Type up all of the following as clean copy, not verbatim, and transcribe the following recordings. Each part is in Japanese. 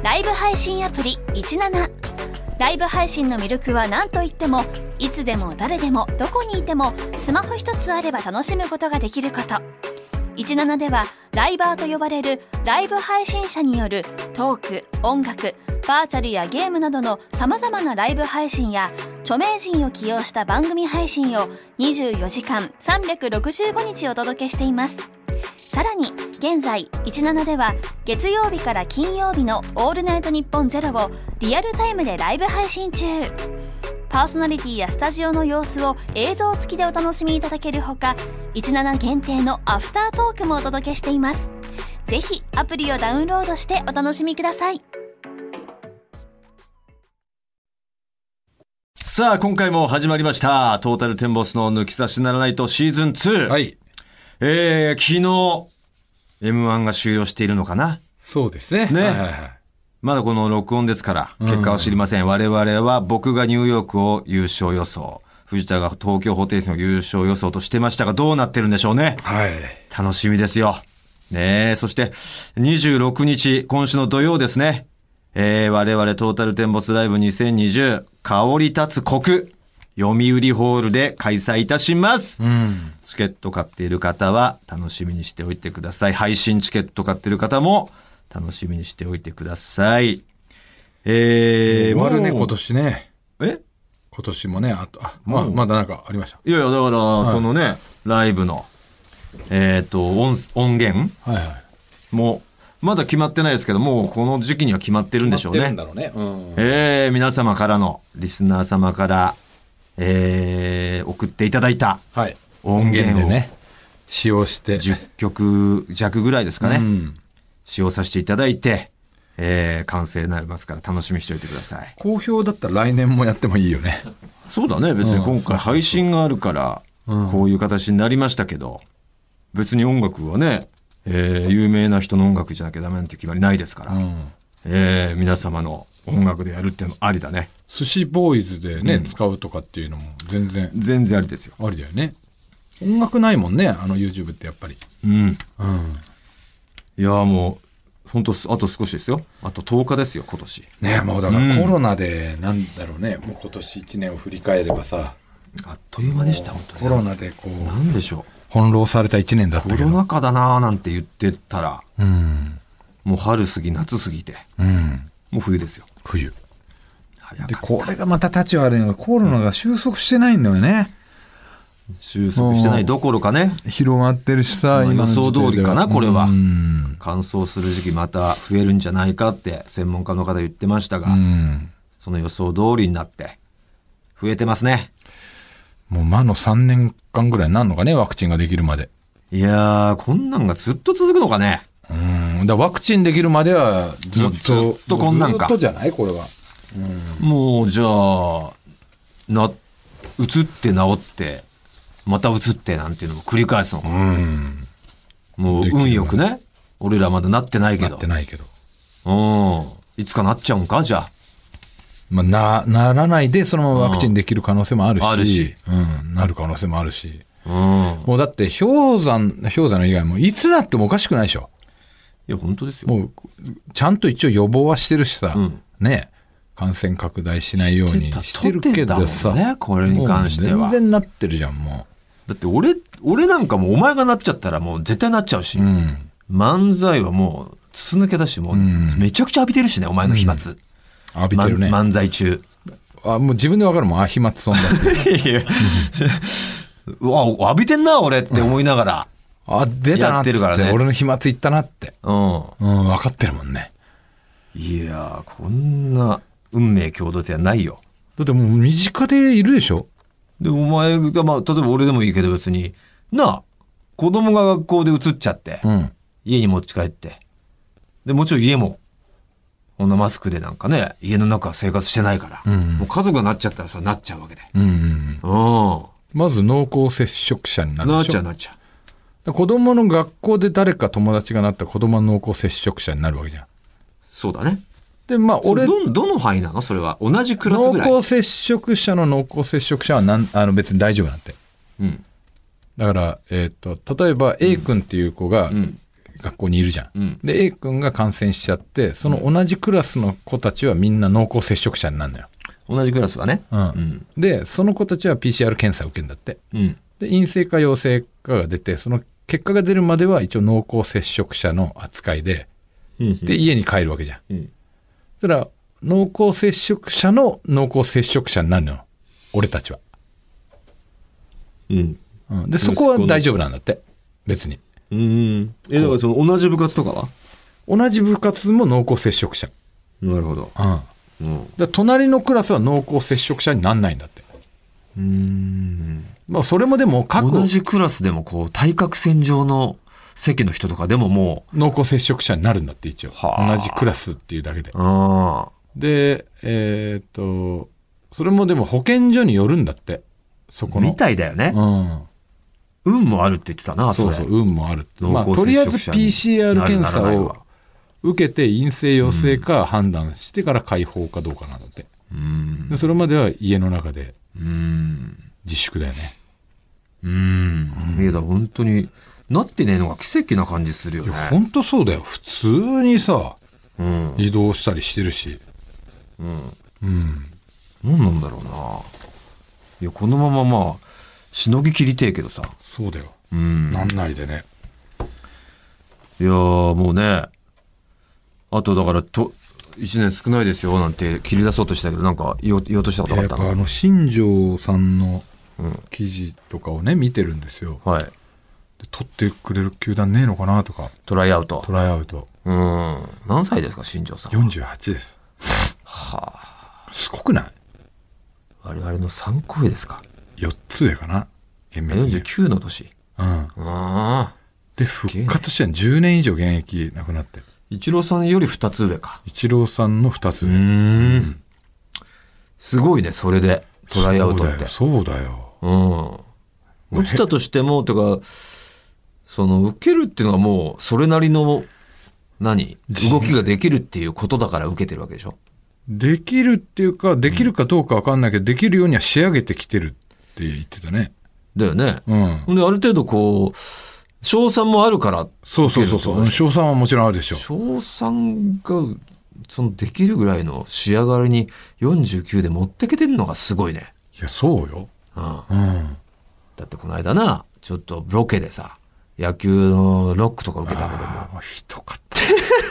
ライブ配信アプリ17。ライブ配信の魅力は何といっても、いつでも誰でもどこにいてもスマホ一つあれば楽しむことができること。17ではライバーと呼ばれるライブ配信者によるトーク、音楽、バーチャルやゲームなどの様々なライブ配信や著名人を起用した番組配信を24時間365日お届けしています。さらに現在17では月曜日から金曜日のオールナイトニッポンゼロをリアルタイムでライブ配信中。パーソナリティやスタジオの様子を映像付きでお楽しみいただけるほか、17限定のアフタートークもお届けしています。ぜひアプリをダウンロードしてお楽しみください。 さあ今回も始まりましたトータルテンボスの抜き差しならないとシーズン2。 はい。 昨日 M1 が終了しているのかな。 そうですね。 ね、 はいはいはい、 まだこの録音ですから結果は知りません。我々は僕がニューヨークを優勝予想、藤田が東京ホテイソンを優勝予想としてましたが、どうなってるんでしょうね。 はい。 楽しみですよ。ねえ、そして26日今週の土曜ですね。我々トータルテンボスライブ2020香り立つ国読売ホールで開催いたします。チケット買っている方は楽しみにしておいてください。配信チケット買っている方も楽しみにしておいてください。 終わるね今年ね。 今年もね、あとまだなんかありました。 いやいや、だから、はい、そのねライブの音源、 はいはい、 もうまだ決まってないですけど、もうこの時期には決まってるんでしょうね。 決まってるんだろうね。 皆様からのリスナー様から、送っていただいた音源を、 ね、使用して 10曲弱ぐらいですかね、使用させていただいて、完成になりますから楽しみにしておいてください。 好評だったら来年もやってもいいよね。 そうだね。別に今回配信があるからこういう形になりましたけど、別に音楽はね、有名な人の音楽じゃなきゃダメなんて決まりないですから、皆様の音楽でやるっていうのありだね。 寿司ボーイズでね、使うとかっていうのも全然ありですよ。 ありだよね。音楽ないもんね、YouTube ってやっぱり。 いやもう本当あと少しですよ。あと10日ですよ今年ね。もうだからコロナでなんだろうね、もう今年1年を振り返ればさ、 あっという間でした本当に。 コロナでこうなんでしょう、 翻弄された1年だったけど、 コロナ禍だなーなんて言ってたら、もう春過ぎ夏過ぎて、もう冬ですよ。 冬早かった。 でこれがまた立ち悪いのが、コロナが収束してないんだよね。 収束してないどころかね、 広がってるしさ、 今予想通りかなこれは。乾燥する時期また増えるんじゃないかって専門家の方言ってましたが、その予想通りになって増えてますね。 もう魔の3年間ぐらいになるのかね、ワクチンができるまで。 いやー、こんなんがずっと続くのかね。 だワクチンできるまではずっとこんなんか。 ずっとじゃないこれは。 もうじゃあ移って治ってまた移ってなんていうのも繰り返すのか。もう運よくね、俺らまだなってないけど。 なってないけど。 いつかなっちゃうんか、じゃあ。 ならないでそのままワクチンできる可能性もあるし、なる可能性もあるし。もうだって氷山の以外もいつなってもおかしくないでしょ。 いや本当ですよ。 もうちゃんと一応予防はしてるしさ、ね、感染拡大しないようにしてるけどさ、 ね、これに関しては全然なってるじゃん。もうだって俺なんかもうお前がなっちゃったらもう絶対なっちゃうし、漫才はもう筒抜けだし、もうめちゃくちゃ浴びてるしね、お前の飛沫、 浴びてるね、 漫才中。 もう自分でわかるもん、飛沫飛んだってうわ浴びてんな俺って思いながら出たなってからね、 俺の飛沫いったなって、分かってるもんね。 いやこんな運命共同体はないよ。 だってもう身近でいるでしょ。 でお前が、例えば俺でもいいけど、別になあ、子供が学校で移っちゃって、家に持ち帰って、でもちろん家もこんなマスクでなんかね、家の中生活してないから、もう家族がなっちゃったらさ、なっちゃうわけで、 まず濃厚接触者になるでしょ。 なっちゃう。子供の学校で誰か友達がなったら子供の濃厚接触者になるわけじゃん。 そうだね。 で俺どの範囲なのそれは。同じクラスぐらい。 濃厚接触者の濃厚接触者は別に大丈夫なんて。だから例えば A 君っていう子が、 学校にいるじゃん。 うん。 で、A 君が感染しちゃって、その同じクラスの子たちはみんな濃厚接触者になるのよ。 同じクラスはね。 うん。で、その子たちは PCR 検査を受けるんだって。 うん。 で、陰性か陽性かが出て、その結果が出るまでは一応濃厚接触者の扱いで、で、家に帰るわけじゃん。 うん。 そしたら、濃厚接触者の濃厚接触者になるのよ。俺たちは。 うん。 うん。で、そこは大丈夫なんだって。別に。 だからその同じ部活とかは同じ部活も濃厚接触者。 なるほど。 うん。で隣のクラスは濃厚接触者になんないんだって。まあ、それもでも同じクラスでもこう、対角線上の席の人とかでもも濃厚接触者になるんだって一応。 はあ同じクラスっていうだけで。 あ。 で、それもでも保健所によるんだって。そこの。 みたいだよね。 うん。 運もあるって言ってたな、 そうそう、運もあるって。まあ、 濃厚とりあえず接触者に PCR 検査なるならないをわ受けて陰性陽性か判断してから解放かどうかなんだって。でそれまでは家の中で自粛だよね。 いやだ、本当になってねえのが奇跡な感じするよね。 いや、本当そうだよ。普通にさ、 うん。 移動したりしてるし。 何なんだろうな。いや、このまままあ、しのぎきりてえけどさ。 そうだよ。 うん。 なんないでね。 いやー、もうね、あとだから1年少ないですよなんて切り出そうとしたけど、なんか言おうとしたことあやったの？ っぱ新庄さんの記事とかをね、見てるんですよ。 はい。 で取ってくれる球団ねえのかなとか。 トライアウト。 トライアウト。 何歳ですか、新庄さん。 48です。 はあ。 すごくない？ 我々の3個上ですか。 4 つ上かな、厳密に。 49の年。 うん。で、復活して10年以上現役なくなってる。 イチローさんより2つ上か。 イチローさんの2つ上。 すごいね、それで。トライアウトって。 そうだよ。 落ちたとしても、とか、その、受けるっていうのはもう、それなりの、動きができるっていうことだから受けてるわけでしょ？ できるっていうか、できるかどうか分かんないけど、できるようには仕上げてきてるって言ってたね。 だよね。 うん。 で、ある程度こう、賞賛もあるから。 そう。賞賛はもちろんあるでしょ。 賞賛が、そのできるぐらいの仕上がりに49で持ってけてるのがすごいね。 いや、そうよ。 だってこの間な、ちょっとロケでさ、野球のロックとか受けたけども。 ひどかった。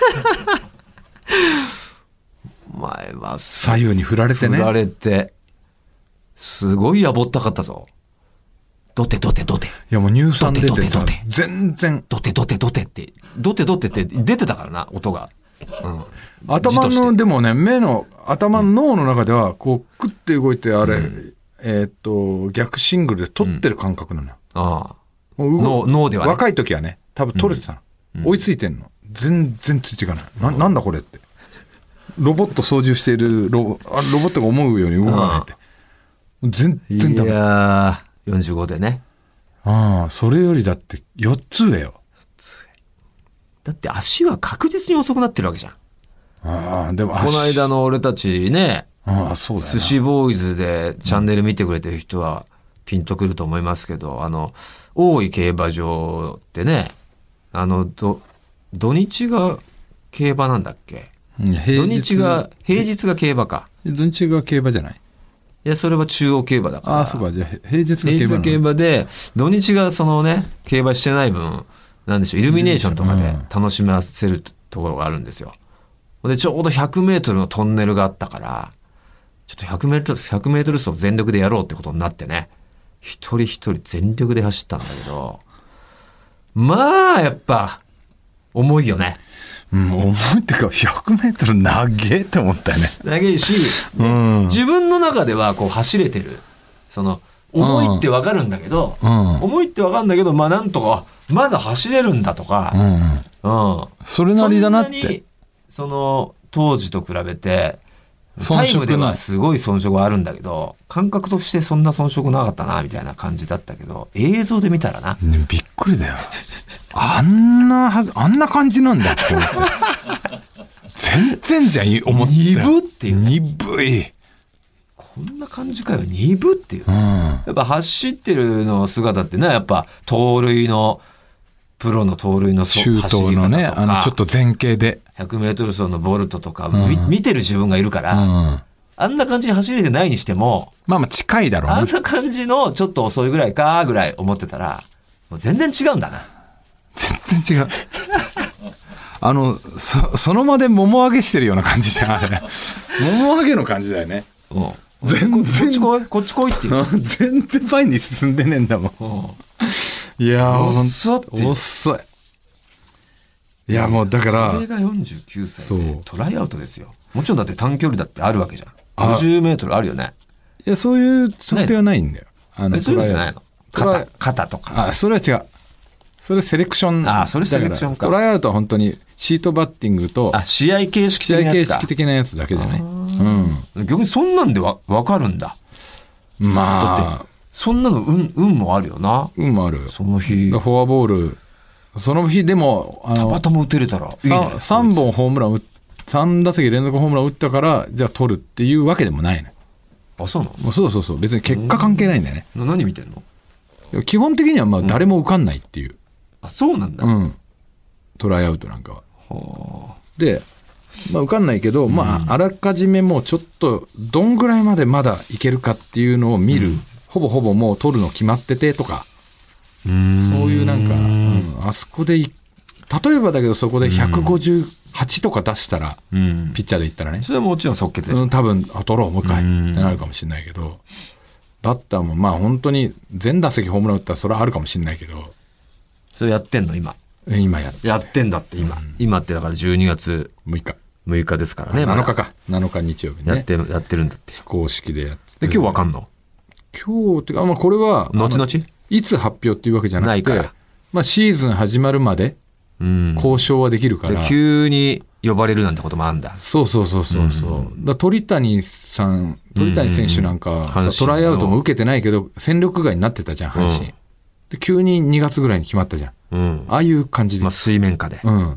前は左右に振られてね。 振られて、すごいやぼったかったぞ。ドテ。 いや、もう乳酸出てさドテ全然。 ドテって出てたからな、音が。 頭の、でもね、頭の脳の中では、こう、クッて動いて、あれ、逆シングルで取ってる感覚なのよ。 ああ。脳ではね。 若い時はね、多分取れてたの。追いついてんの。全然ついていかない。なんだこれって。ロボット操縦しているロボットが思うように動かないって。全然ダメ。 いやー、45でね。 それよりだって4つ上よ。 だって足は確実に遅くなってるわけじゃん。 でもこの間の俺たちね、 そうだよな。 寿司ボーイズでチャンネル見てくれてる人はピンとくると思いますけど、大井競馬場ってね、土日が競馬なんだっけ？平日が競馬か。 土日が競馬じゃない？ いや、それは中央競馬だから。 そうか。じゃあ平日が競馬。 平日競馬で、土日がそのね、競馬してない分、なんでしょう、イルミネーションとかで楽しませるところがあるんですよ。で、ちょうど100メートルのトンネルがあったから、ちょっと100メートル走全力でやろうってことになってね、一人一人全力で走ったんだけど、まあ、やっぱ、重いよね。 重いっていうか、100メートル長えって思ったよね。 長いし、自分の中ではこう走れてる。重いってわかるんだけど、重いってわかるんだけど、まあなんとか、まだ走れるんだとか、 それなりだなって。 当時と比べて、タイムではすごい遜色はあるんだけど、感覚としてそんな遜色なかったな、みたいな感じだったけど、映像で見たらな。 びっくりだよ。あんな感じなんだって思って。全然じゃん、思ってた。 鈍っていう、ね。 鈍い。 こんな感じかよ、鈍っていう。やっぱ走ってるの姿ってね、やっぱ盗塁のプロの盗塁のシュートのね、ちょっと前傾で。 100メートル走のボルトとか、見てる自分がいるから、あんな感じに走れてないにしても、 まあ近いだろうね。 あんな感じのちょっと遅いぐらいかぐらい思ってたら、もう全然違うんだな。 全然違う。その場でもも上げしてるような感じじゃん、あれ。もも上げの感じだよね。全然こっち来いっていう。 全然前に進んでねえんだもん。いやー、遅い。いや、もうだから。 それが49歳でトライアウトですよ。もちろんだって短距離だってあるわけじゃん。50メートルあるよね。 いや、そういう測定はないんだよ。 そういうのじゃないの？肩とか。 それは違う。それセレクション。 それセレクションか。 トライアウトは本当にシートバッティングと。 試合形式的なやつだ。 試合形式的なやつだけじゃない。 逆にそんなんでわかるんだ。 まあ。 だって、そんなの運もあるよな。 運もある。 その日。 フォアボール。その日でも、 たまたま打てれたらいいね。 3本ホームラン3打席連続ホームラン打ったから、じゃあ取るっていうわけでもないの。 そうなの？ そう。別に結果関係ないんだよね。 何見てんの？ 基本的にはまあ誰も受かんないっていう。 そうなんだ。 トライアウトなんかは。で、まあ受かんないけど、まああらかじめもうちょっとどんぐらいまでまだいけるかっていうのを見る。ほぼもう取るの決まっててとか。そういうなんか、あそこで例えばだけどそこで158とか出したら、ピッチャーで言ったらね。 それはもちろん即決で。 多分、取ろう、もう一回ってなるかもしれないけど、バッターもまあ本当に全打席ホームラン打ったらそれはあるかもしれないけど。 それやってんの今。 今やってんだって今。今ってだから12月6日ですからね。 7日か。7日日曜日ね。 やってるんだって。 非公式でやって。 で、今日わかんの？ 今日ってか、まあこれは、 後々 いつ発表っていうわけじゃなくて、 ないから。 まあシーズン始まるまで交渉はできるから。 急に呼ばれるなんてこともあるんだ。 そう。だ鳥谷選手なんか、トライアウトも受けてないけど、戦力外になってたじゃん、阪神。で急に2月ぐらいに決まったじゃん。ああいう感じで。 まあ水面下で。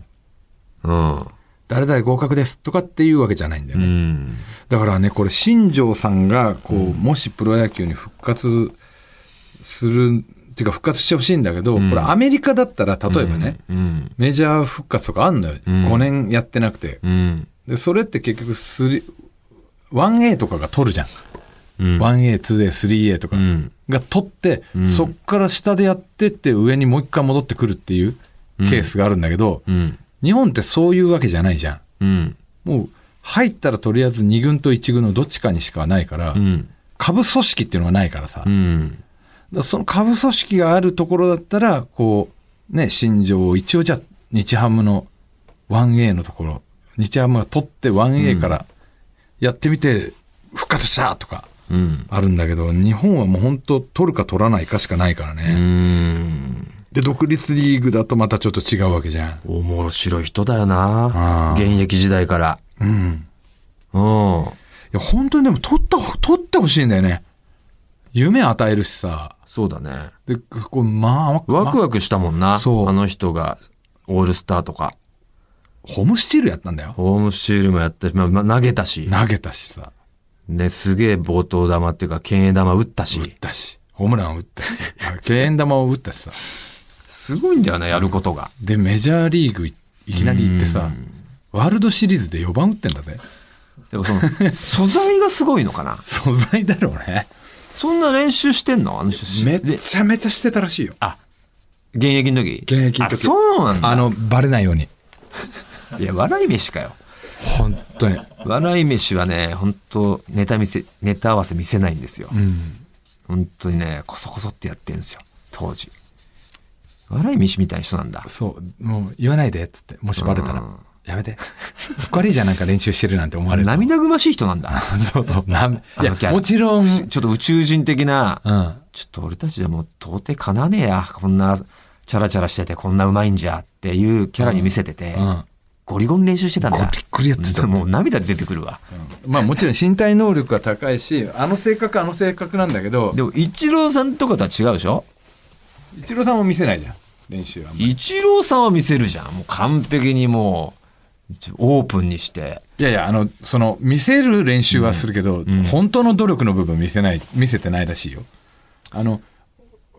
誰々合格ですとかっていうわけじゃないんだよね。だからね、これ新庄さんがもしプロ野球に復活するっていうか復活してほしいんだけど、これアメリカだったら例えばね、メジャー復活とかあんのよ。5年やってなくて。でそれって結局1A とかが取るじゃん。1A、2A、3A とかが取って、そっから下でやってって上にもう一回戻ってくるっていうケースがあるんだけど、日本ってそういうわけじゃないじゃん。もう入ったらとりあえず2軍と1軍のどっちかにしかないから、下部組織っていうのがないからさ。その下部組織があるところだったら、こう、ね、新庄を一応じゃあ日ハムの 1A のところ、日ハムが取って 1A からやってみて復活したとかあるんだけど、日本はもう本当取るか取らないかしかないからね。で、独立リーグだとまたちょっと違うわけじゃん。 面白い人だよな。現役時代から。いや、本当にでも取ってほしいんだよね。夢与えるしさ。 そうだね。 で、こう、ワクワクしたもんな。あの人が、オールスターとか。 ホームスチールやったんだよ。 ホームスチールもやったし、投げたしさ。ね、すげえ暴投玉っていうか、敬遠玉打ったし。 ホームラン打ったしさ。敬遠玉を打ったしさ。 すごいんだよね、やることが。 で、メジャーリーグいきなり行ってさ、ワールドシリーズで4番打ってんだぜ。 でも素材がすごいのかな。 素材だろうね。 そんな練習してんのあの人。 めちゃめちゃしてたらしいよ。 現役の時？ 現役の時。 そうなんだ。 バレないように。 いや、笑い飯かよ。 本当に。 笑い飯はね、本当ネタ合わせ見せないんですよ。本当にね、こそこそってやってんですよ、当時。笑い飯みたいな人なんだ。 そう、もう言わないでっつって、もしバレたら。やめて。悪いじゃん、なんか練習してるなんて思われる。 涙ぐましい人なんだ。 そう。いや、もちろん。 ちょっと宇宙人的な、ちょっと俺たちじゃもう到底かなねえや。こんなチャラチャラしててこんなうまいんじゃっていうキャラに見せてて、ゴリゴリ練習してたんだ。 ゴリゴリやってた。 もう涙出てくるわ。 まあもちろん身体能力が高いし、あの性格なんだけど。 でも、イチローさんとかとは違うでしょ？ イチローさんも見せないじゃん、練習は。 イチローさんは見せるじゃん。もう完璧にもう、オープンにして。 いや、見せる練習はするけど、本当の努力の部分見せてないらしいよ。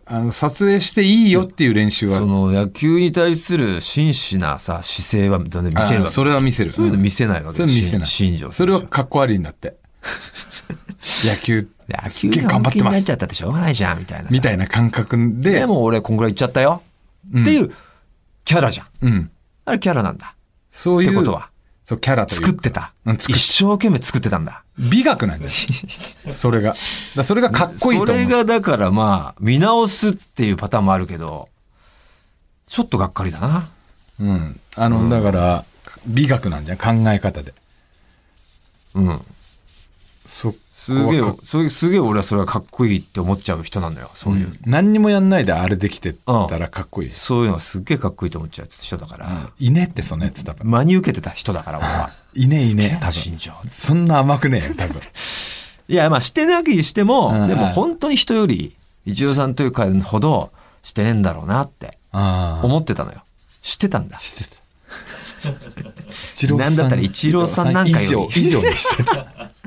撮影していいよっていう練習はその野球に対する真摯なさ姿勢は見せるわけ。 それは見せる。 そういうの見せないわけ。 それ見せない。 新庄。 それはかっこ悪いんだって。野球すっげえ頑張ってます。 野球になっちゃったってしょうがないじゃんみたいな。 みたいな感覚で。 でも俺こんぐらい行っちゃったよ。っていうキャラじゃん。 うん。 あれキャラなんだ。 そういう。 ってことは。 そう、キャラというか。 作ってた。一生懸命作ってたんだ。 美学なんじゃないそれが。それがかっこいいと思う。 それがだからまあ、見直すっていうパターンもあるけど、ちょっとがっかりだな。 うん。だから、美学なんじゃん、考え方で。 うん。すげえ俺はそれはかっこいいって思っちゃう人なんだよ。そういう。 何にもやんないであれできてたらかっこいい。 そういうのがすっげえかっこいいと思っちゃう人だから。 いねってそんなやつ多分。 真に受けてた人だから俺は。 いね多分。 新庄。 そんな甘くねえよ多分。 いやまあしてなきにしても、でも本当に人より一郎さんというかほどしてねえんだろうなって思ってたのよ。知ってたんだ。 知ってた。なんだったら一郎さんなんかより以上にしてた。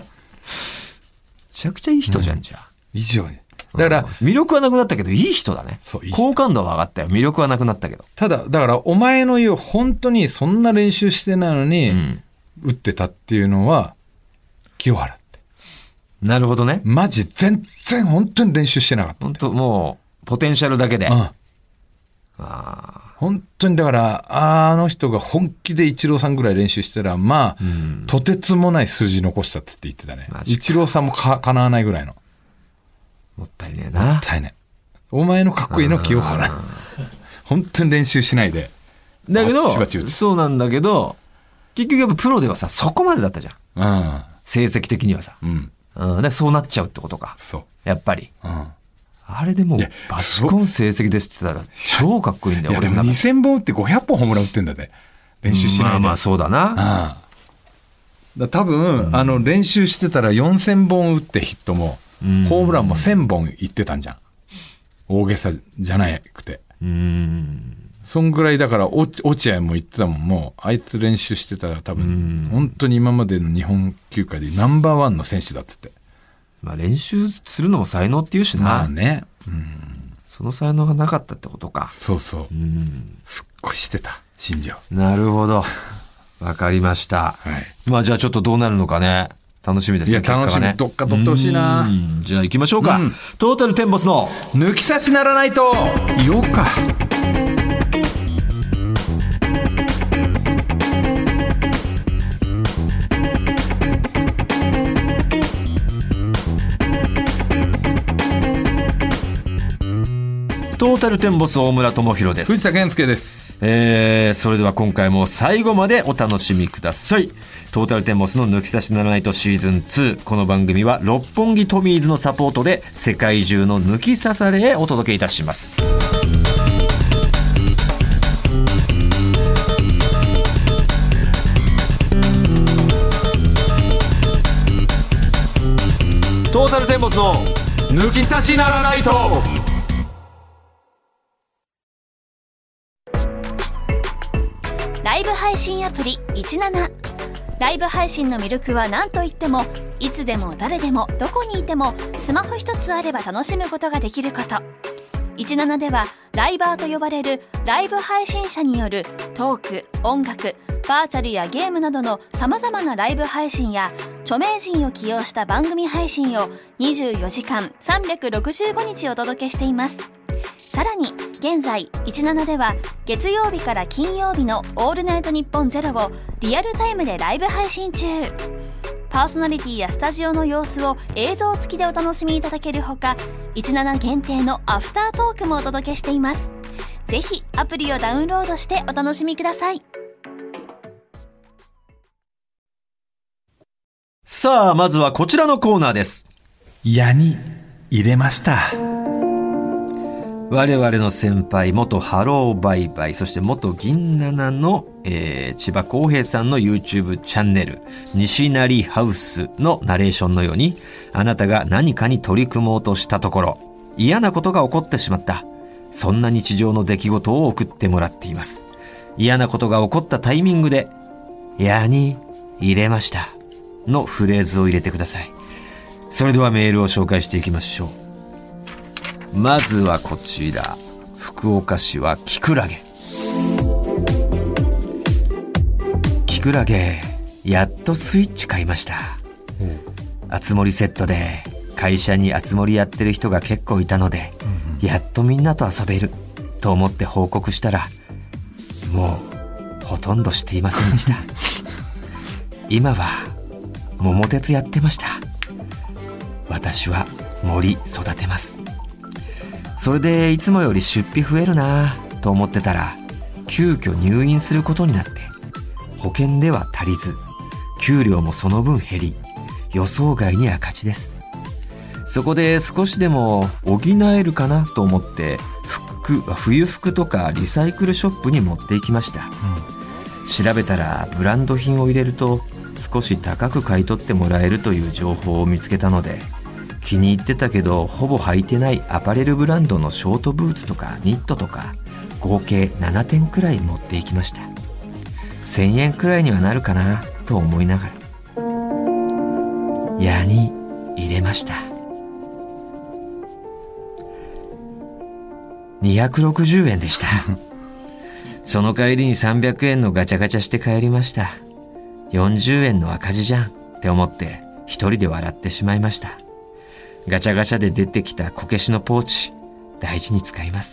めちゃくちゃいい人じゃんじゃあ。 以上に。だから、 魅力はなくなったけどいい人だね。そう、いい人。好感度は上がったよ。魅力はなくなったけど。 だからお前の言う本当にそんな練習してないのに、打ってたっていうのは清原って。 なるほどね。 マジ全然本当に練習してなかった。 本当もうポテンシャルだけで。 本当にだからあの人が本気でイチローさんぐらい練習してたらまあ、とてつもない数字残したって言ってたね。イチローさんもかなわないぐらいの。 もったいねえな。 もったいねえ。お前のかっこいいの清原。本当に練習しないで。 だけどそうなんだけど結局やっぱプロではさそこまでだったじゃん。成績的にはさ。でそうなっちゃうってことか。そう。やっぱり。あれでもうバチコン成績ですって言ったら超かっこいいんだよ。 俺でも2000本打って500本ホームラン打ってんだぜ。練習しないで。 まあそうだな。 多分、練習してたら4000本打ってヒットも、ホームランも1000本いってたんじゃん。大げさじゃなくて。そんぐらいだから落合も言ってたもん。もうあいつ練習してたら多分本当に今までの日本球界でナンバーワンの選手だっつって。 まあ練習するのも才能って言うしな。 まあね。 その才能がなかったってことか。 そうそう。すっごいしてた、新庄。 なるほど。わかりました。まあじゃあちょっとどうなるのかね。楽しみですね。 いや、楽しみ。どっか取ってほしいな。 じゃあ行きましょうか。トータルテンボスの抜き差しならないと言おうか。 トータルテンボス大村智弘です。 藤田健介です。 それでは今回も最後までお楽しみください。トータルテンボスの抜き差しならないとシーズン2。この番組は六本木トミーズのサポートで世界中の抜き差されへお届けいたします。トータルテンボスの抜き差しならないと。 ライブ配信アプリ17。ライブ配信の魅力は何といってもいつでも誰でもどこにいてもスマホ一つあれば楽しむことができること。17ではライバーと呼ばれるライブ配信者によるトーク、音楽、バーチャルやゲームなどの様々なライブ配信や著名人を起用した番組配信を24時間365日お届けしています。さらに現在17では月曜日から金曜日のオールナイトニッポンゼロをリアルタイムでライブ配信中。パーソナリティやスタジオの様子を映像付きでお楽しみいただけるほか、17限定のアフタートークもお届けしています。ぜひアプリをダウンロードしてお楽しみください。 さあまずはこちらのコーナーです。 矢に入れました。 我々の先輩元ハローバイバイ、そして元銀七の、千葉公平さんの YouTube チャンネル西成ハウスのナレーションのように、あなたが何かに取り組もうとしたところ嫌なことが起こってしまった、そんな日常の出来事を送ってもらっています。嫌なことが起こったタイミングで矢に入れましたのフレーズを入れてください。それではメールを紹介していきましょう。 まずはこちら、福岡市はキクラゲ。キクラゲ、やっとスイッチ買いました。あつ森セットで会社にあつ森やってる人が結構いたので、やっとみんなと遊べると思って報告したら、もうほとんどしていませんでした。今は桃鉄やってました。私は森育てます。それでいつもより出費増えるなと思ってたら、急遽入院することになって、保険では足りず、給料もその分減り、予想外に赤字です。そこで少しでも補えるかなと思って、冬服とかリサイクルショップに持っていきました。調べたらブランド品を入れると少し高く買い取ってもらえるという情報を見つけたので、気に入ってたけどほぼ履いてないアパレルブランドのショートブーツとかニットとか合計7点くらい持っていきました。1000円くらいにはなるかなと思いながら矢に入れました。260円でした。その帰りに300円のガチャガチャして帰りました。40円の赤字じゃんって思って一人で笑ってしまいました。ガチャガチャで出てきたこけしのポーチ、大事に使います。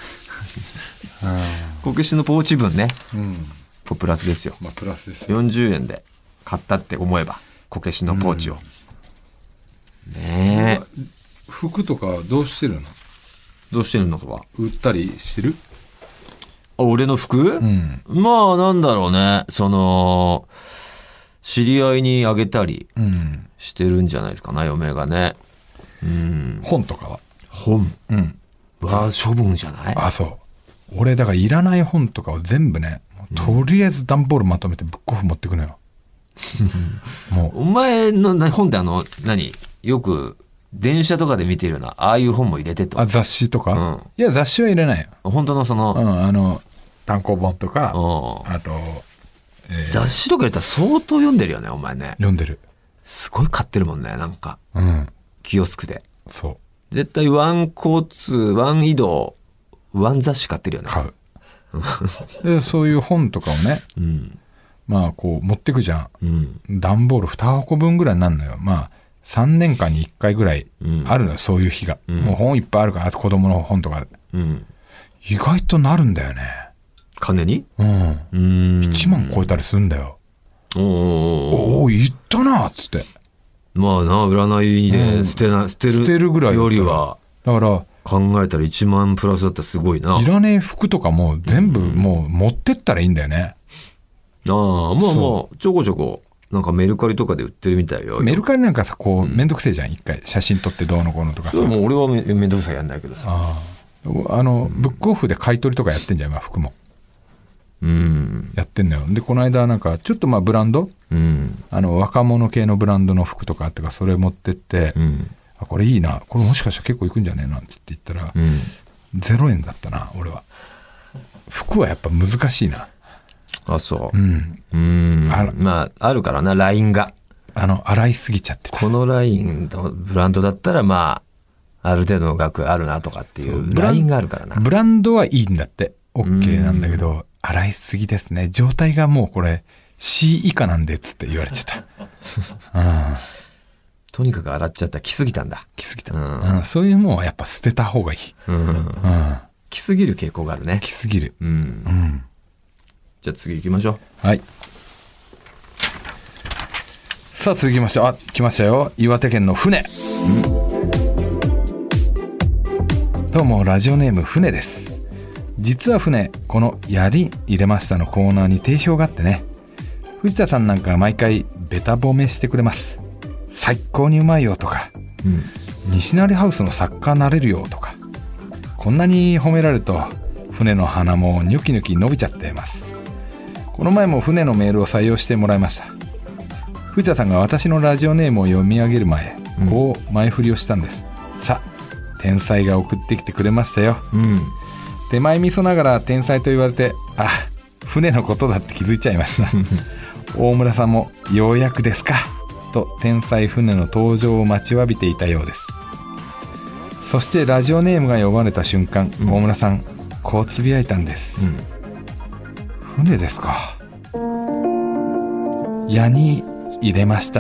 こけしのポーチ分ね、これプラスですよ。 まあプラスですよ。 40円で買ったって思えばこけしのポーチを、ねえ。 服とかどうしてるの？ どうしてるのとは売ったりしてる？ 俺の服、まあなんだろうね、その知り合いにあげたりしてるんじゃないですかね、嫁がね。 本とかは？ 本は処分じゃない？ あ、そう。俺だからいらない本とかを全部ね、とりあえず段ボールまとめてブックオフ持ってくのよ。もうお前の本って何よく電車とかで見てるようなああいう本も入れてってこと？ 雑誌とか、いや雑誌は入れないよ。 本当のその、 単行本とか、あと、 雑誌とか入れたら相当読んでるよね、お前ね。 読んでる。 すごい買ってるもんね、なんか。キオスクで。 そう。 絶対ワン交通、ワン移動、ワン雑誌買ってるよね。 買う。でそういう本とかをね、まあこう持ってくじゃん。段ボール2箱分ぐらいになるのよ。まあ3年間に1回ぐらいあるのよ、そういう日が。もう本いっぱいあるから、あと子供の本とか。意外となるんだよね。 金に ？1万超えたりするんだよ。おお、いったなっつって。 まあな、占いで捨てるぐらいよりは、 だから考えたら1万プラスだったらすごいな。 いらねえ服とかも全部もう持ってったらいいんだよね。 まあちょこちょこなんかメルカリとかで売ってるみたいよ。 メルカリなんかさ、こうめんどくせえじゃん。一回写真撮ってどうのこうのとかさ。 もう俺はめんどくさいやんないけどさ。 ブックオフで買い取りとかやってんじゃん、今服も。やってんのよ。でこの間なんかちょっとまあブランド、若者系のブランドの服とかあってか、それ持ってって、あ、これいいな、これもしかしたら結構いくんじゃねえなんて言ったら、0円だったな。俺は服はやっぱ難しいな。 あ、そう。まああるからな、ラインが洗いすぎちゃってた。 このラインとブランドだったらまあある程度の額あるなとかっていうラインがあるからな。 ブランドはいいんだって、 OK なんだけど、洗いすぎですね、状態がもうこれ C 以下なんでっつって言われちゃったとにかく洗っちゃった。来すぎたんだ。 来すぎた、そういうもんはやっぱ捨てた方がいい。 来すぎる傾向があるね。 来すぎる。 じゃあ次行きましょう。はい。さあ続きまして、来ましたよ。岩手県の船。どうもラジオネーム船です。実は船、この槍入れましたのコーナーに定評があってね、藤田さんなんか毎回ベタ褒めしてくれます。最高にうまいよとか、西成ハウスの作家なれるよとか、こんなに褒められると船の鼻もニョキニョキ伸びちゃっています。この前も船のメールを採用してもらいました。藤田さんが私のラジオネームを読み上げる前、こう前振りをしたんです。さあ、天才が送ってきてくれましたよ。手前味噌ながら天才と言われて、あ、船のことだって気づいちゃいました。大村さんもようやくですかと天才船の登場を待ちわびていたようです。 そしてラジオネームが呼ばれた瞬間、大村さんこうつぶやいたんです、船ですか。矢に入れました。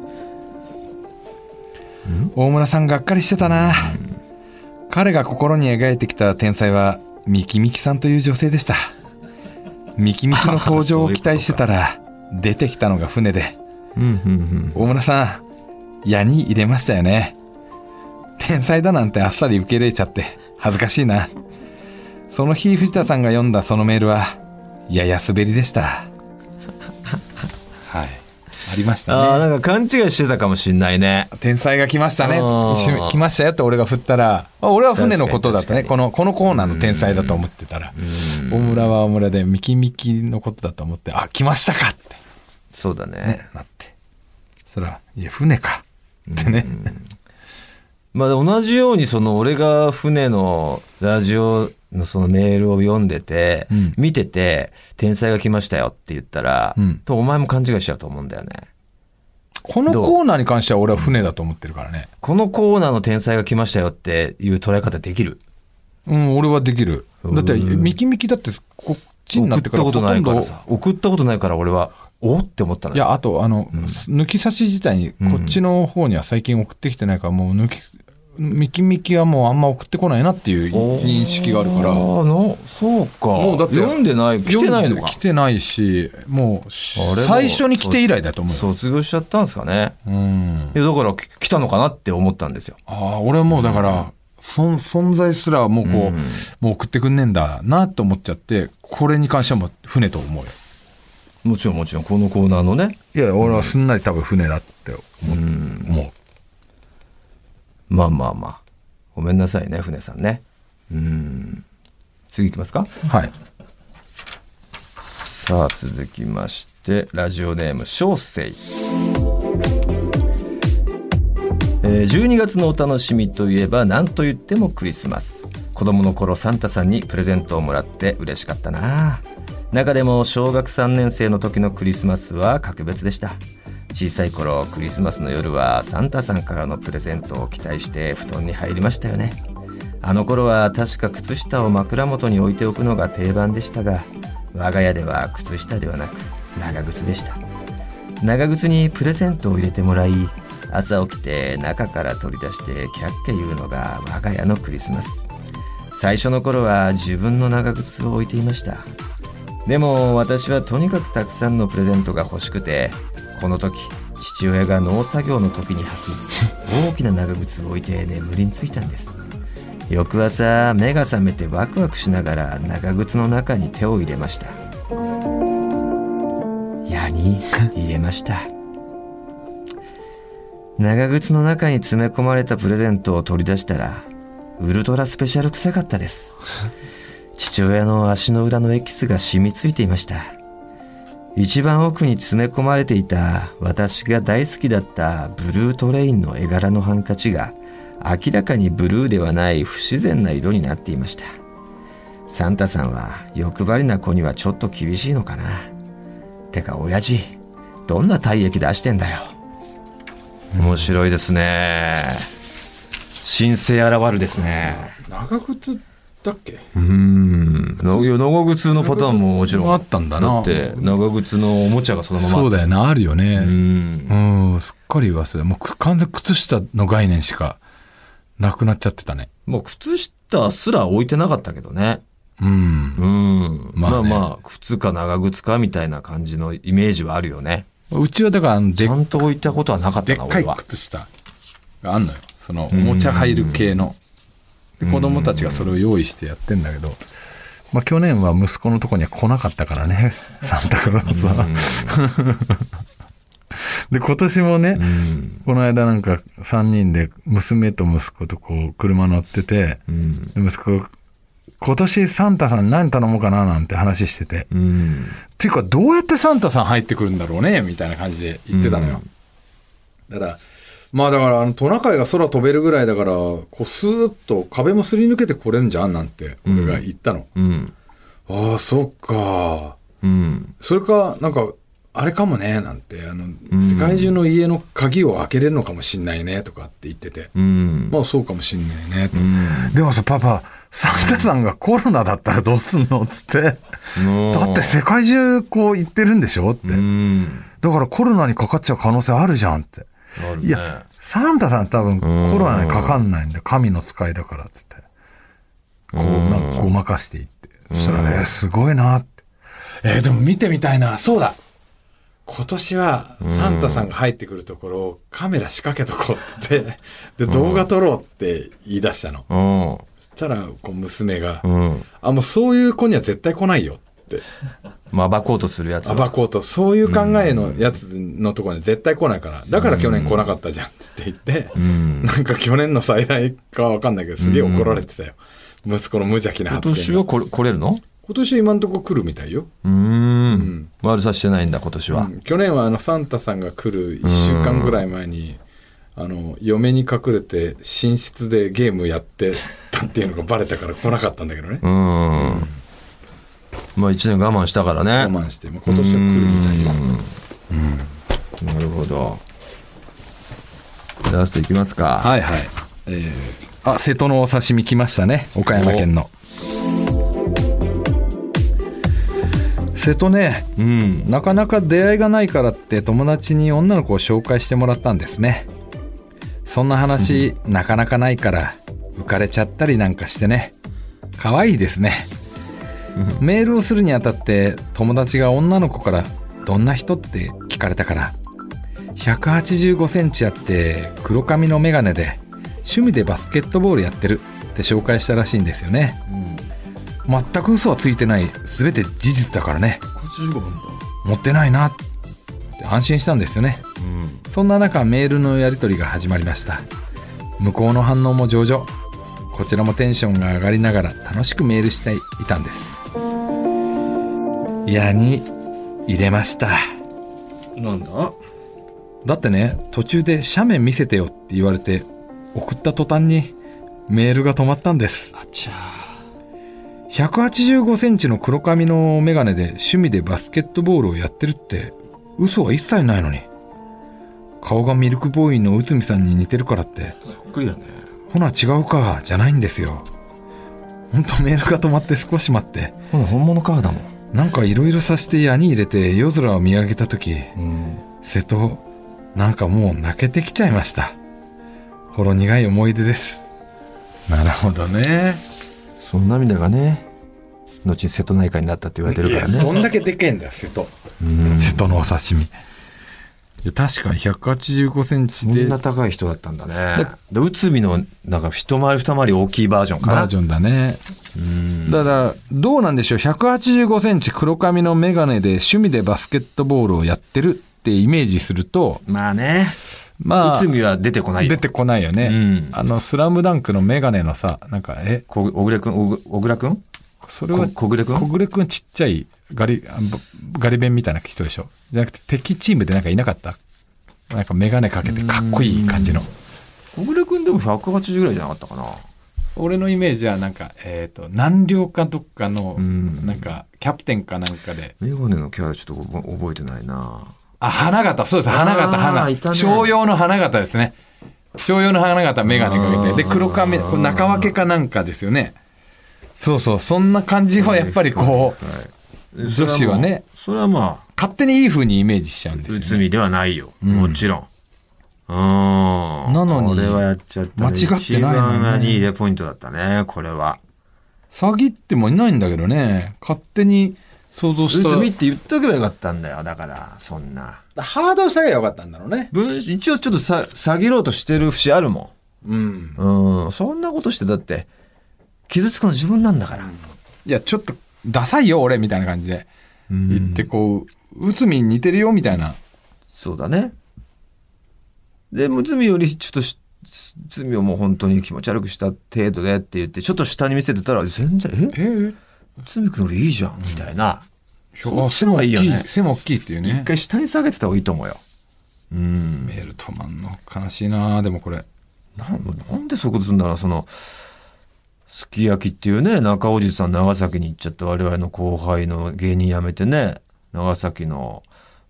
大村さんがっかりしてたな。彼が心に描いてきた天才はミキミキさんという女性でした。ミキミキの登場を期待してたら出てきたのが船で、大村さん矢に入れましたよね。天才だなんてあっさり受け入れちゃって恥ずかしいな。その日藤田さんが読んだそのメールはやや滑りでした。はい、ありましたね。 なんか勘違いしてたかもしんないね。 天才が来ましたね、来ましたよって俺が振ったら、俺は船のことだったね。このコーナーの天才だと思ってたら、大村は大村でミキミキのことだと思って、あ、来ましたかって。 そうだ ねなって、そしたらいや船かってね。 まあ同じように俺が船のラジオのそのメールを読んでて、見てて天才が来ましたよって言ったら、お前も勘違いしちゃうと思うんだよね。 このコーナーに関しては俺は船だと思ってるからね。 このコーナーの天才が来ましたよっていう捉え方できる？ 俺はできる。だってミキミキだってこっちになってから送ったことないからさ、送ったことないから俺はおって思ったの。 いや、あと抜き差し自体にこっちの方には最近送ってきてないから、もうミキミキはもうあんま送ってこないなっていう認識があるから。 そうか。もうだって読んでない、来てないのか。 来てないし、もう最初に来て以来だと思う。 卒業しちゃったんですかね。いやだから来たのかなって思ったんですよ。 俺はもうだから、存在すらもうもう送ってくんねえんだなと思っちゃって、これに関してはもう船と思うよ。 もちろんこのコーナーのね。 いや俺はすんなり多分船だって思う。 まあごめんなさいね船さんね。次いきますか。 はい。 さあ続きましてラジオネーム小生。12月のお楽しみといえば何と言ってもクリスマス。子供の頃サンタさんにプレゼントをもらって嬉しかったな。中でも小学3年生の時のクリスマスは格別でした。小さい頃クリスマスの夜はサンタさんからのプレゼントを期待して布団に入りましたよね。あの頃は確か靴下を枕元に置いておくのが定番でしたが、我が家では靴下ではなく長靴でした。長靴にプレゼントを入れてもらい、朝起きて中から取り出してキャッキャ言うのが我が家のクリスマス。最初の頃は自分の長靴を置いていました。でも私はとにかくたくさんのプレゼントが欲しくて、この時父親が農作業の時に履く大きな長靴を置いて眠りについたんです。翌朝目が覚めてワクワクしながら長靴の中に手を入れました。矢に入れました長靴の中に詰め込まれたプレゼントを取り出したらウルトラスペシャル臭かったです。父親の足の裏のエキスが染みついていました。一番奥に詰め込まれていた私が大好きだったブルートレインの絵柄のハンカチが明らかにブルーではない不自然な色になっていました。サンタさんは欲張りな子にはちょっと厳しいのかな。てか親父どんな体液出してんだよ。面白いですね。新生現るですね。 長靴だっけ？ 長靴のパターンももちろんあったんだな。 だって長靴のおもちゃがそのままそうだよな、あるよね。すっかり忘れ、もう完全靴下の概念しかなくなっちゃってたね。 もう靴下すら置いてなかったけどね。まあ靴か長靴かみたいな感じのイメージはあるよね。 うちはだからちゃんと置いたことはなかったな。 でっかい靴下があんのよ。そのおもちゃ入る系の。で子供たちがそれを用意してやってんだけど、まあ去年は息子のとこには来なかったからね、サンタクロースは。で今年もね、この間なんか3人で娘と息子とこう車乗ってて、息子が今年サンタさん何頼もうかななんて話してて、っていうかどうやってサンタさん入ってくるんだろうねみたいな感じで言ってたのよ。だからまあだからトナカイが空飛べるぐらいだから、こうスーッと壁もすり抜けてこれんじゃんなんて俺が言ったの。ああそっか。それかなんかあれかもねなんて世界中の家の鍵を開けれるのかもしんないねとかって言ってて、まあそうかもしんないねと、でもさパパサンタさんがコロナだったらどうすんのっつって、だって世界中こう言ってるんでしょって、だからコロナにかかっちゃう可能性あるじゃんって、いやサンタさん多分コロナにかかんないんで神の使いだからっつってこうなんかごまかしていって、そしたらすごいなって、でも見てみたいな。そうだ、今年はサンタさんが入ってくるところをカメラ仕掛けとこうってで動画撮ろうって言い出したの。そしたらこう娘が、もうそういう子には絶対来ないよって暴こうとするやつ、 暴こうとそういう考えのやつのところに絶対来ないから、だから去年来なかったじゃんって言って、なんか去年の再来か分かんないけどすげえ怒られてたよ、息子の無邪気な発言。 今年は来れるの？ 今年今のところ来るみたいよ。 悪さしてないんだ今年は。 去年はサンタさんが来る1週間ぐらい前に嫁に隠れて寝室でゲームやってたっていうのがバレたから来なかったんだけどね。 まあ1年我慢したからね。 我慢して、今年は来るみたいよ。 なるほど。ラストいきますか。 はいはい。瀬戸のお刺身来ましたね、岡山県の。瀬戸ね、なかなか出会いがないからって友達に女の子を紹介してもらったんですね。そんな話、なかなかないから浮かれちゃったりなんかしてね、可愛いですね。メールをするにあたって友達が女の子からどんな人って聞かれたから、185センチあって黒髪のメガネで趣味でバスケットボールやってるって紹介したらしいんですよね。全く嘘はついてない、全て事実だからね。持ってないなって安心したんですよね。そんな中メールのやり取りが始まりました。向こうの反応も上々、こちらもテンションが上がりながら楽しくメールしていたんです。矢に入れました。 なんだ？ だってね、途中で斜面見せてよって言われて送った途端にメールが止まったんです。 あちゃ 185センチの黒髪のメガネで趣味でバスケットボールをやってるって嘘は一切ないのに、顔がミルクボーイの内海さんに似てるからってそっくりだね。 ほな違うかじゃないんですよ。ほんとメールが止まって少し待って、 ほな本物かだもん。 なんかいろいろさして矢に入れて夜空を見上げた時、瀬戸なんかもう泣けてきちゃいました。ほろ苦い思い出です。なるほどね。 その涙がね、後に瀬戸内海になったって言われてるからね。 どんだけでけえんだよ瀬戸。瀬戸のお刺身。確かに185センチで。 こんな高い人だったんだね。で内海のなんか一回り二回り大きいバージョンかな。 バージョンだね。だからどうなんでしょう。185センチ黒髪のメガネで趣味でバスケットボールをやってるってイメージすると、 まあね。 まあ、 内海は出てこないよ。 出てこないよね。スラムダンクのメガネのさ、なんか、 小暮くんそれは、小暮くんちっちゃいガリ弁みたいな人でしょ。じゃなくて敵チームでなんかいなかった？なんかメガネかけてかっこいい感じの。 小暮くんでも180ぐらいじゃなかったかな。 俺のイメージはなんか、南稜かどっかの、なんか、キャプテンかなんかで。 メガネのキャラちょっと覚えてないな。 花形、そうです、花形、商用の花形ですね。商用の花形、メガネかけて。で、黒髪、中分けかなんかですよね。そうそう、そんな感じはやっぱりこう、女子はね、 それはまあ、 勝手にいい風にイメージしちゃうんですよ、ね。 内海ではないよ。もちろん。なのに、 これはやっちゃった、 間違ってないのね。 一番いいレポイントだったね、これは。 詐欺ってもいないんだけどね、勝手に想像した。 内海って言っとけばよかったんだよ、だから、そんな。 ハードル下げばよかったんだろうね。 一応ちょっと下げろうとしてる節あるもん。そんなことしてだって、傷つくの自分なんだから。 いや、ちょっと、ダサいよ、俺、みたいな感じで。言って、こう、内海に似てるよ、みたいな。 そうだね。で、内海よりちょっと、内海をもう本当に気持ち悪くした程度でって言って、ちょっと下に見せてたら、全然、内海くんよりいいじゃん、みたいな。 背も大きい、背も大きいっていうね。 一回下に下げてた方がいいと思うよ。 メール止まんの悲しいな。でもこれ。 なんでそういうことするんだろう、その、すき焼きっていうね、中尾路さん長崎に行っちゃった我々の後輩の芸人辞めてね、長崎の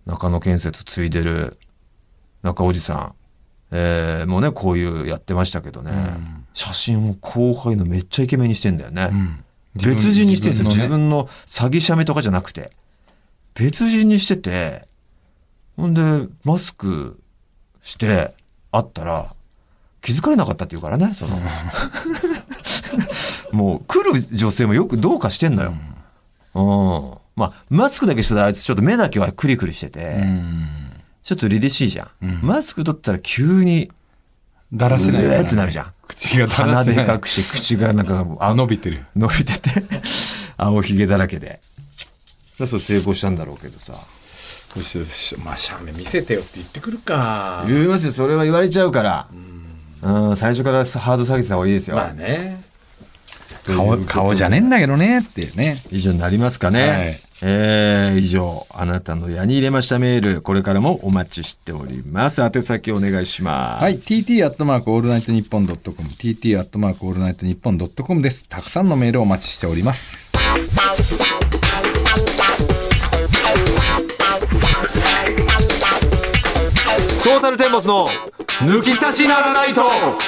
中野建設継いでる中おじさん、もうねこういうやってましたけどね、写真を後輩のめっちゃイケメンにしてんだよね、別人にしてるんですよ。自分の詐欺写メとかじゃなくて別人にしてて、ほんでマスクして会ったら気づかれなかったっていうからね、そのもう来る女性もよくどうかしてんのよ、まあマスクだけしてたらあいつちょっと目だけはクリクリしてて、ちょっと凛々しいじゃん、マスク取ったら急にだらしない、 ってなるじゃん。 口がだら鼻でしない、 かくして口がなんか伸びてる、 伸びてて青ひげだらけで、そう成功したんだろうけどさ。 まあシャメ見せてよって言ってくるか。 言いますよ、それは言われちゃうから、最初からハード下げてた方がいいですよ。 まあね、顔じゃねえんだけどねっていうね。 以上になりますかね、はい。以上、あなたの矢に入れましたメール、これからもお待ちしております。宛先お願いします。 はい、TT アットマークオールナイトニッポンドットコム、TT アットマークオールナイトニッポンドットコムです。たくさんのメールをお待ちしております。 トータルテンボスの抜き差しならないと。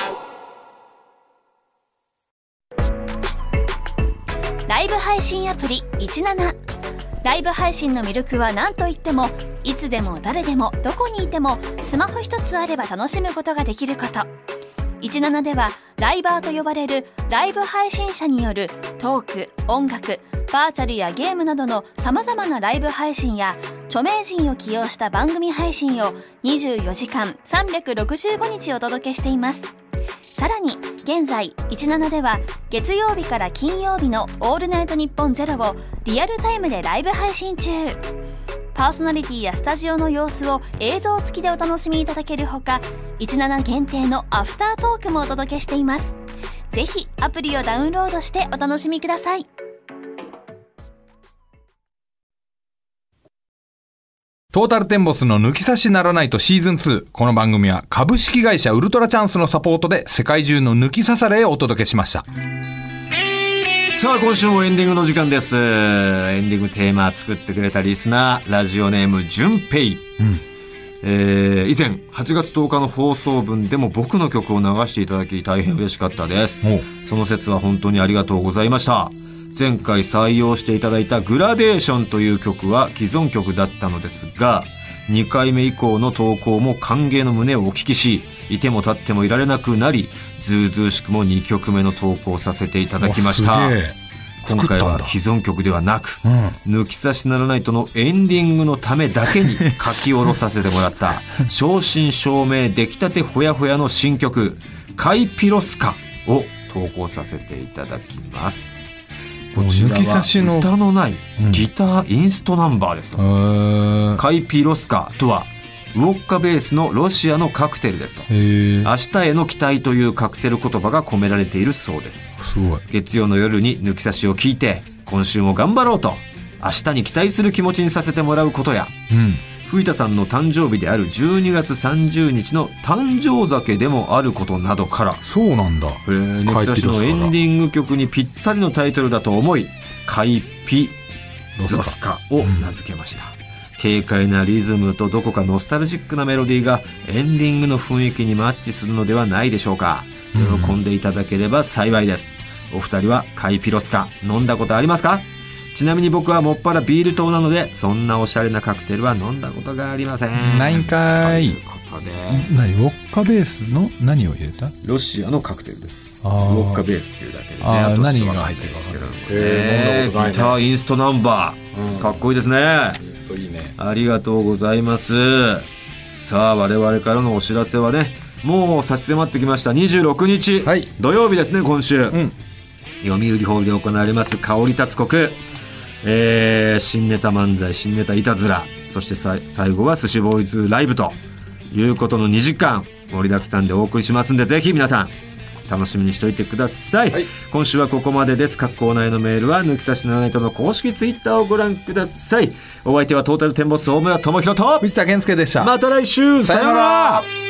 ライブ配信アプリ17。ライブ配信の魅力は何といっても、いつでも誰でもどこにいてもスマホ一つあれば楽しむことができること。17ではライバーと呼ばれるライブ配信者によるトーク、音楽、バーチャルやゲームなどの様々なライブ配信や著名人を起用した番組配信を24時間365日お届けしています。さらに現在17では月曜日から金曜日のオールナイトニッポンゼロをリアルタイムでライブ配信中。パーソナリティやスタジオの様子を映像付きでお楽しみいただけるほか、17限定のアフタートークもお届けしています。ぜひアプリをダウンロードしてお楽しみください。 トータルテンボスの抜き差しならないとシーズン2。この番組は株式会社ウルトラチャンスのサポートで世界中の抜き差されをお届けしました。 さあ今週もエンディングの時間です。エンディングテーマ作ってくれたリスナー、ラジオネームじゅんぺい、以前8月10日の放送分でも僕の曲を流していただき大変嬉しかったです。その説は本当にありがとうございました。前回採用していただいたグラデーションという曲は既存曲だったのですが、2回目以降の投稿も歓迎の旨をお聞きし、いても立ってもいられなくなり、ずうずうしくも2曲目の投稿させていただきました。今回は既存曲ではなく、抜き差しならないとのエンディングのためだけに書き下ろさせてもらった正真正銘出来たてほやほやの新曲カイピロスカを投稿させていただきます。こちらは歌のないギターインストナンバーですと。カイピロスカとはウォッカベースのロシアのカクテルですと。明日への期待というカクテル言葉が込められているそうです。 すごい。 月曜の夜に抜き差しを聞いて今週も頑張ろうと明日に期待する気持ちにさせてもらうことや、藤田さんの誕生日である12月30日の誕生酒でもあることなどから、 そうなんだ。 抜き差しのエンディング曲にぴったりのタイトルだと思い、カイピロスカを名付けました。軽快なリズムとどこかノスタルジックなメロディーがエンディングの雰囲気にマッチするのではないでしょうか。喜んでいただければ幸いです。お二人はカイピロスカ飲んだことありますか？ちなみに僕はもっぱらビール党なので、そんなおしゃれなカクテルは飲んだことがありません。 ないんかーい。 ということで、 ウォッカベースの何を入れた？ ロシアのカクテルです。ウォッカベースっていうだけでね。あと何が入ってるか分からない。 ギターインストナンバー、かっこいいですね。 インストいいね。 ありがとうございます。さあ我々からのお知らせはね、もう差し迫ってきました。26日、土曜日ですね。今週、読売ホールで行われます香り立つ国、新ネタ漫才、新ネタいたずら、そして最後は寿司ボーイズライブということの2時間盛りだくさんでお送りしますんで、ぜひ皆さん楽しみにしておいてください。今週はここまでです。各コーナーへのメールは抜き差しならないとの公式ツイッターをご覧ください。お相手はトータルテンボス大村智広と藤田健介でした。 また来週、さようなら。